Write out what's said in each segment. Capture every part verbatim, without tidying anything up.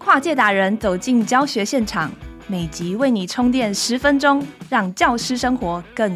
跨界达人走进教学现场，每集为你充电十分钟，让教师生活更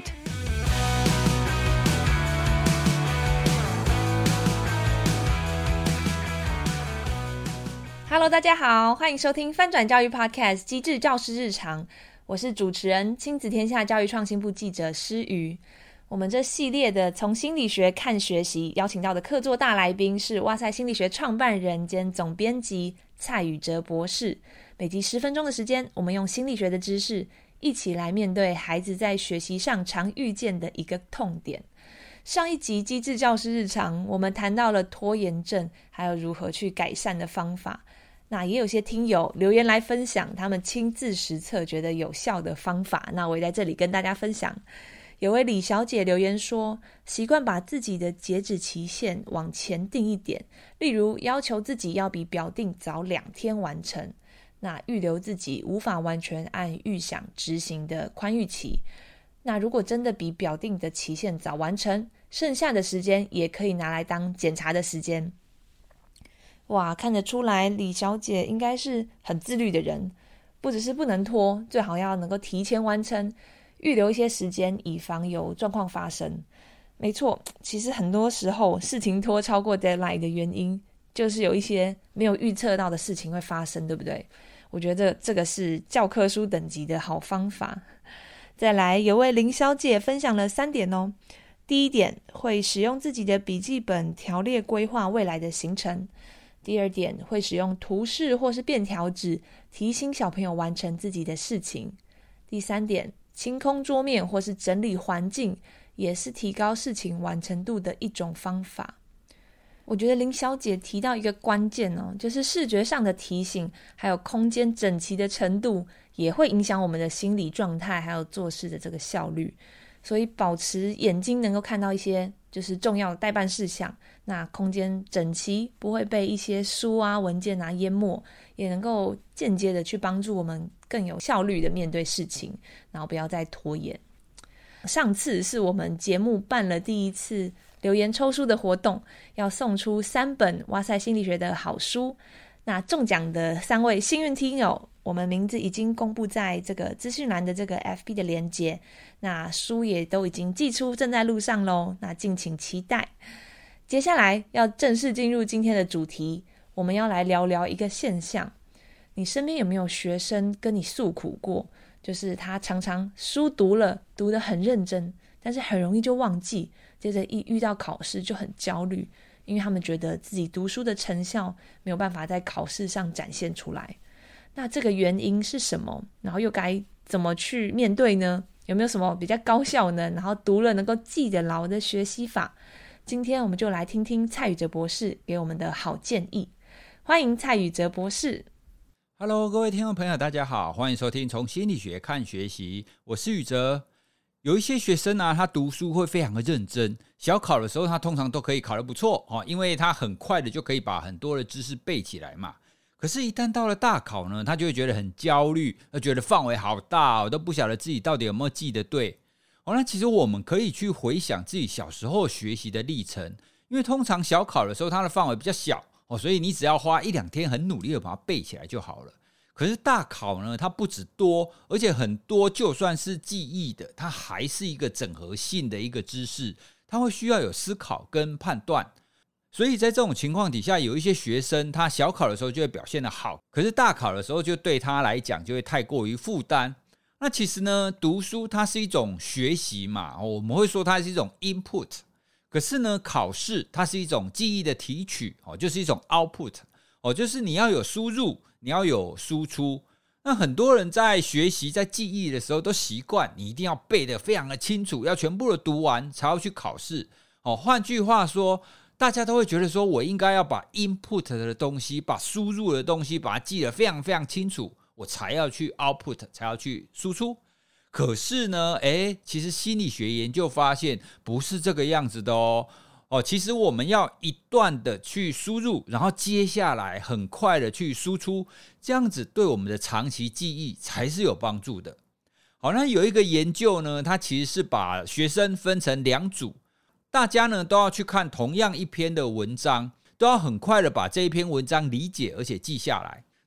smart。Hello， 大家好，欢迎收听翻转教育 Podcast 机智教师日常，我是主持人亲子天下教育创新部记者施瑜。我们这系列的从心理学看学习，邀请到的客座大来宾是哇塞心理学创办人兼总编辑蔡宇哲博士。每集十分钟的时间，我们用心理学的知识一起来面对孩子在学习上常遇见的一个痛点。上一集机智教师日常，我们谈到了拖延症还有如何去改善的方法。那也有些听友留言来分享他们亲自实测觉得有效的方法，那我也在这里跟大家分享。有位李小姐留言说，习惯把自己的截止期限往前定一点，例如要求自己要比表定早两天完成，那预留自己无法完全按预想执行的宽裕期。那如果真的比表定的期限早完成，剩下的时间也可以拿来当检查的时间。哇，看得出来李小姐应该是很自律的人，不只是不能拖，最好要能够提前完成，预留一些时间以防有状况发生。没错，其实很多时候事情拖超过 deadline 的原因就是有一些没有预测到的事情会发生，对不对？我觉得这个是教科书等级的好方法。再来，有位林小姐分享了三点哦。第一点，会使用自己的笔记本条列规划未来的行程。第二点，会使用图示或是便条纸提醒小朋友完成自己的事情。第三点，清空桌面或是整理环境也是提高事情完成度的一种方法。我觉得林小姐提到一个关键哦，就是视觉上的提醒还有空间整齐的程度也会影响我们的心理状态还有做事的这个效率。所以保持眼睛能够看到一些就是重要的待办事项，那空间整齐，不会被一些书啊文件啊淹没，也能够间接的去帮助我们更有效率的面对事情，然后不要再拖延。上次是我们节目办了第一次留言抽书的活动，要送出三本哇塞心理学的好书。那中奖的三位幸运听友，我们名字已经公布在这个资讯栏的这个 F B 的连结，那书也都已经寄出，正在路上咯，那敬请期待。接下来要正式进入今天的主题，我们要来聊聊一个现象。你身边有没有学生跟你诉苦过，就是他常常书读了，读得很认真，但是很容易就忘记，接着一遇到考试就很焦虑，因为他们觉得自己读书的成效没有办法在考试上展现出来。那这个原因是什么？然后又该怎么去面对呢？有没有什么比较高效呢？然后读了能够记得牢的学习法？今天我们就来听听蔡宇哲博士给我们的好建议。欢迎蔡宇哲博士。 Hello， 各位听众朋友，大家好，欢迎收听从心理学看学习，我是宇哲。有一些学生啊，他读书会非常的认真，小考的时候他通常都可以考得不错，因为他很快的就可以把很多的知识背起来嘛。可是一旦到了大考呢，他就会觉得很焦虑，觉得范围好大，我都不晓得自己到底有没有记得对。那其实我们可以去回想自己小时候学习的历程，因为通常小考的时候它的范围比较小，所以你只要花一两天很努力的把它背起来就好了。可是大考呢，它不止多，而且很多就算是记忆的，它还是一个整合性的一个知识，它会需要有思考跟判断。所以在这种情况底下，有一些学生他小考的时候就会表现得好，可是大考的时候就对他来讲就会太过于负担。那其实呢，读书它是一种学习嘛，我们会说它是一种 input， 可是呢，考试它是一种记忆的提取，就是一种 output， 就是你要有输入，你要有输出。那很多人在学习在记忆的时候都习惯你一定要背得非常的清楚，要全部的读完才要去考试。换句话说，大家都会觉得说我应该要把 input 的东西，把输入的东西把它记得非常非常清楚，我才要去 output， 才要去输出。可是呢，诶，其实心理学研究发现不是这个样子的哦。哦，其实我们要一段的去输入，然后接下来很快的去输出，这样子对我们的长期记忆才是有帮助的。好，那有一个研究呢，它其实是把学生分成两组，大家呢都要去看同样一篇的文章，都要很快的把这一篇文章理解而且记下来。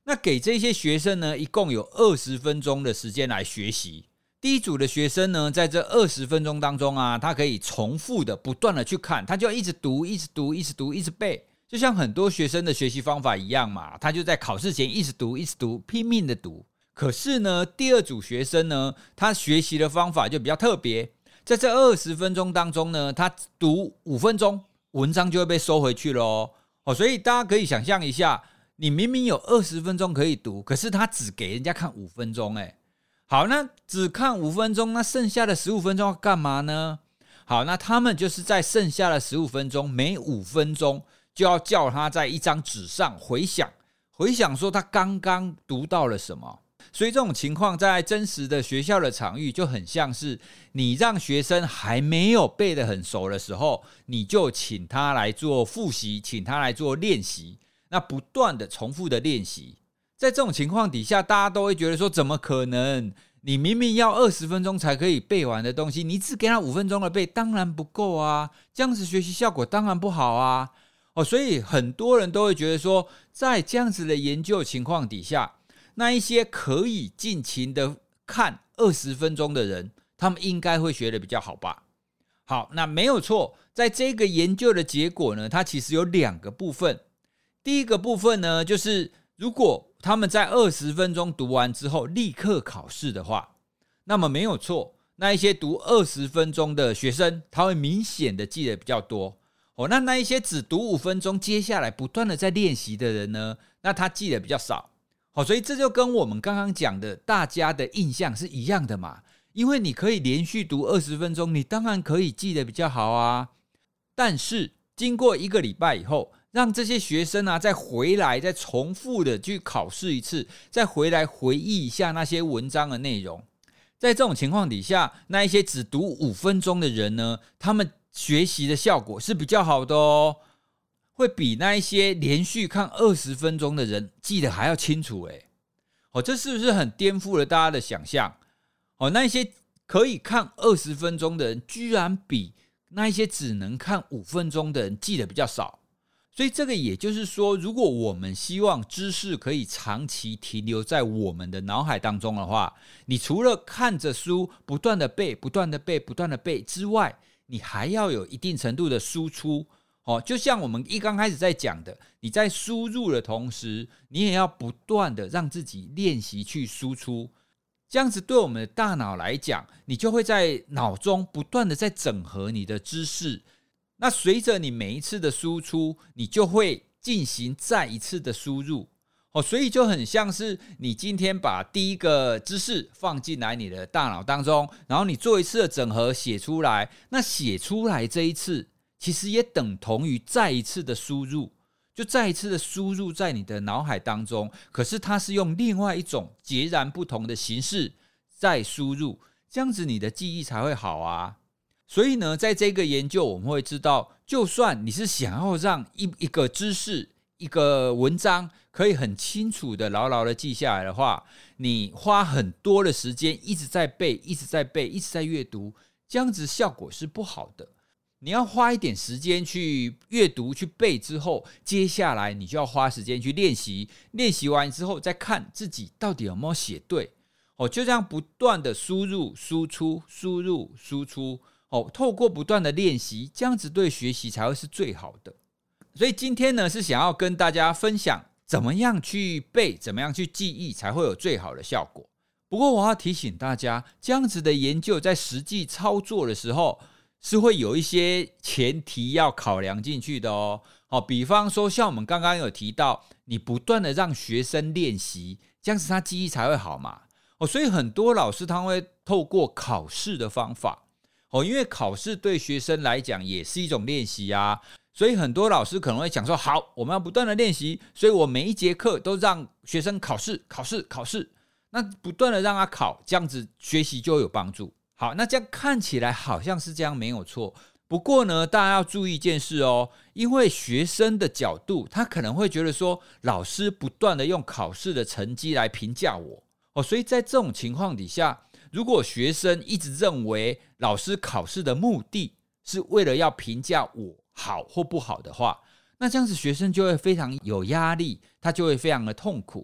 那给这些学生呢，一共有二十分钟的时间来学习。第一组的学生呢，在这二十分钟当中啊，他可以重复的不断的去看，他就要一直读一直读一直读一直背，就像很多学生的学习方法一样嘛，他就在考试前一直读一直读，拼命的读。可是呢，第二组学生呢，他学习的方法就比较特别，在这二十分钟当中呢，他读五分钟，文章就会被收回去了哦。哦，所以大家可以想象一下，你明明有二十分钟可以读，可是他只给人家看五分钟，哎，好，那只看五分钟，那剩下的十五分钟要干嘛呢？好，那他们就是在剩下的十五分钟，每五分钟就要叫他在一张纸上回想，回想说他刚刚读到了什么。所以这种情况在真实的学校的场域就很像是你让学生还没有背得很熟的时候，你就请他来做复习，请他来做练习，那不断的重复的练习。在这种情况底下，大家都会觉得说，怎么可能？你明明要二十分钟才可以背完的东西，你只给他五分钟的背，当然不够啊！这样子学习效果当然不好啊！哦，所以很多人都会觉得说，在这样子的研究情况底下，那一些可以尽情的看二十分钟的人，他们应该会学得比较好吧？好，那没有错，在这个研究的结果呢，它其实有两个部分。第一个部分呢，就是如果他们在二十分钟读完之后立刻考试的话，那么没有错，那一些读二十分钟的学生，他会明显的记得比较多。哦，那那一些只读五分钟，接下来不断的在练习的人呢，那他记得比较少。好，所以这就跟我们刚刚讲的大家的印象是一样的嘛，因为你可以连续读二十分钟，你当然可以记得比较好啊。但是经过一个礼拜以后，让这些学生啊再回来再重复的去考试一次，再回来回忆一下那些文章的内容，在这种情况底下，那一些只读五分钟的人呢，他们学习的效果是比较好的哦，会比那一些连续看二十分钟的人记得还要清楚诶。哦，这是不是很颠覆了大家的想象？哦，那一些可以看二十分钟的人，居然比那一些只能看五分钟的人记得比较少。所以这个也就是说，如果我们希望知识可以长期停留在我们的脑海当中的话，你除了看着书不断的背不断的背不断的背之外，你还要有一定程度的输出。哦，就像我们一刚开始在讲的，你在输入的同时，你也要不断的让自己练习去输出，这样子对我们的大脑来讲，你就会在脑中不断的在整合你的知识。那随着你每一次的输出，你就会进行再一次的输入。哦，所以就很像是你今天把第一个知识放进来你的大脑当中，然后你做一次的整合写出来，那写出来这一次其实也等同于再一次的输入，就再一次的输入在你的脑海当中，可是它是用另外一种截然不同的形式再输入，这样子你的记忆才会好啊。所以呢，在这个研究我们会知道，就算你是想要让 一, 一个知识一个文章可以很清楚的牢牢的记下来的话，你花很多的时间一直在背一直在背一直在阅读，这样子效果是不好的。你要花一点时间去阅读去背之后，接下来你就要花时间去练习，练习完之后再看自己到底有没有写对。哦，就这样不断的输入输出输入输出，哦，透过不断的练习，这样子对学习才会是最好的。所以今天呢，是想要跟大家分享怎么样去背，怎么样去记忆才会有最好的效果。不过我要提醒大家，这样子的研究在实际操作的时候是会有一些前提要考量进去的哦。好，比方说像我们刚刚有提到，你不断的让学生练习，这样子他记忆才会好嘛。哦，所以很多老师他会透过考试的方法，哦，因为考试对学生来讲也是一种练习啊，所以很多老师可能会讲说，好，我们要不断的练习，所以我每一节课都让学生考试考试考试，那不断的让他考，这样子学习就有帮助。好，那这样看起来好像是这样没有错，不过呢，大家要注意一件事哦，因为学生的角度，他可能会觉得说，老师不断的用考试的成绩来评价我，哦，所以在这种情况底下，如果学生一直认为老师考试的目的是为了要评价我好或不好的话，那这样子学生就会非常有压力，他就会非常的痛苦。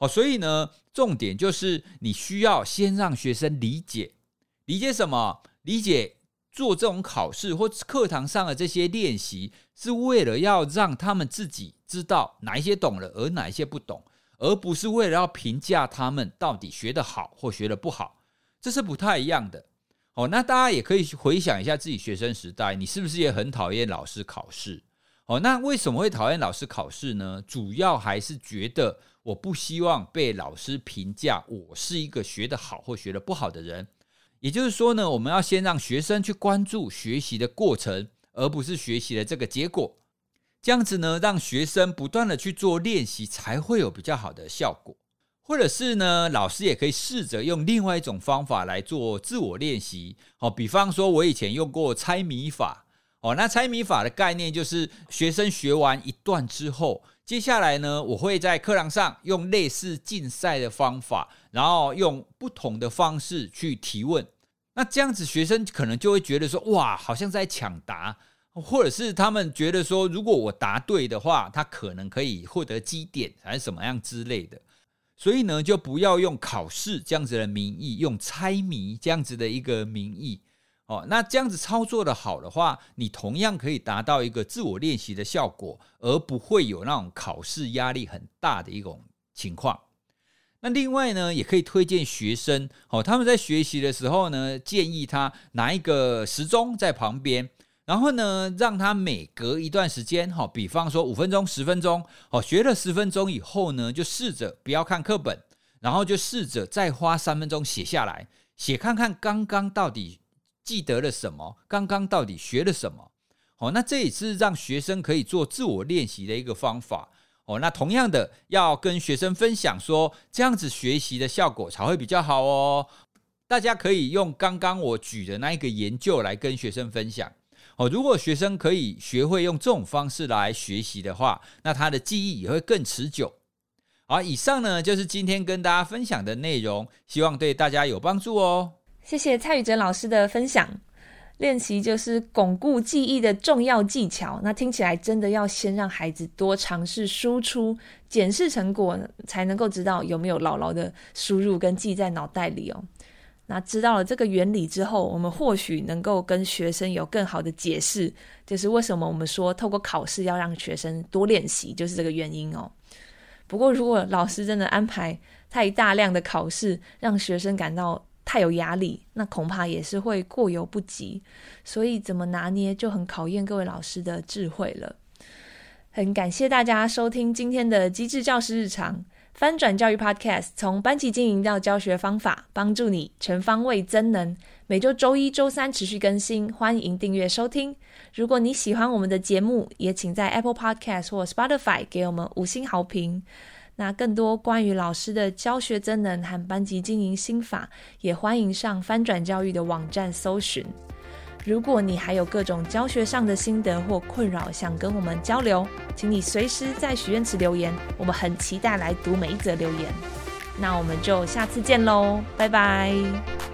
哦，所以呢，重点就是你需要先让学生理解，理解什么？理解做这种考试或课堂上的这些练习，是为了要让他们自己知道哪一些懂了，而哪一些不懂，而不是为了要评价他们到底学得好或学得不好，这是不太一样的。哦，那大家也可以回想一下自己学生时代，你是不是也很讨厌老师考试？哦，那为什么会讨厌老师考试呢？主要还是觉得我不希望被老师评价我是一个学得好或学得不好的人。也就是说呢，我们要先让学生去关注学习的过程，而不是学习的这个结果。这样子呢，让学生不断的去做练习，才会有比较好的效果。或者是呢，老师也可以试着用另外一种方法来做自我练习。哦，比方说我以前用过猜谜法。哦，那猜谜法的概念就是学生学完一段之后，接下来呢，我会在课堂上用类似竞赛的方法，然后用不同的方式去提问。那这样子学生可能就会觉得说，哇，好像在抢答，或者是他们觉得说，如果我答对的话，他可能可以获得基点还是什么样之类的。所以呢，就不要用考试这样子的名义，用猜谜这样子的一个名义。哦，那这样子操作的好的话，你同样可以达到一个自我练习的效果，而不会有那种考试压力很大的一种情况。那另外呢，也可以推荐学生，哦，他们在学习的时候呢，建议他拿一个时钟在旁边，然后呢，让他每隔一段时间，哦，比方说五分钟、十分钟，哦，学了十分钟以后呢，就试着不要看课本，然后就试着再花三分钟写下来，写看看刚刚到底记得了什么，刚刚到底学了什么。哦，那这也是让学生可以做自我练习的一个方法。哦，那同样的要跟学生分享说，这样子学习的效果才会比较好哦。大家可以用刚刚我举的那一个研究来跟学生分享。哦，如果学生可以学会用这种方式来学习的话，那他的记忆也会更持久。好，以上呢就是今天跟大家分享的内容，希望对大家有帮助哦。 谢谢蔡宇哲老师的分享。练习就是巩固记忆的重要技巧，那听起来真的要先让孩子多尝试输出，检视成果，才能够知道有没有牢牢的输入跟记在脑袋里哦。那知道了这个原理之后，我们或许能够跟学生有更好的解释，就是为什么我们说透过考试要让学生多练习，就是这个原因哦。不过如果老师真的安排太大量的考试，让学生感到太有压力，那恐怕也是会过犹不及，所以怎么拿捏就很考验各位老师的智慧了。很感谢大家收听今天的机智教师日常翻转教育 Podcast， 从班级经营到教学方法，帮助你全方位增能。每周周一、周三持续更新，欢迎订阅收听。如果你喜欢我们的节目，也请在 Apple Podcast 或 Spotify 给我们五星好评。那更多关于老师的教学增能和班级经营心法，也欢迎上翻转教育的网站搜寻。如果你还有各种教学上的心得或困扰想跟我们交流，请你随时在许愿池留言，我们很期待来读每一则留言。那我们就下次见咯，拜拜。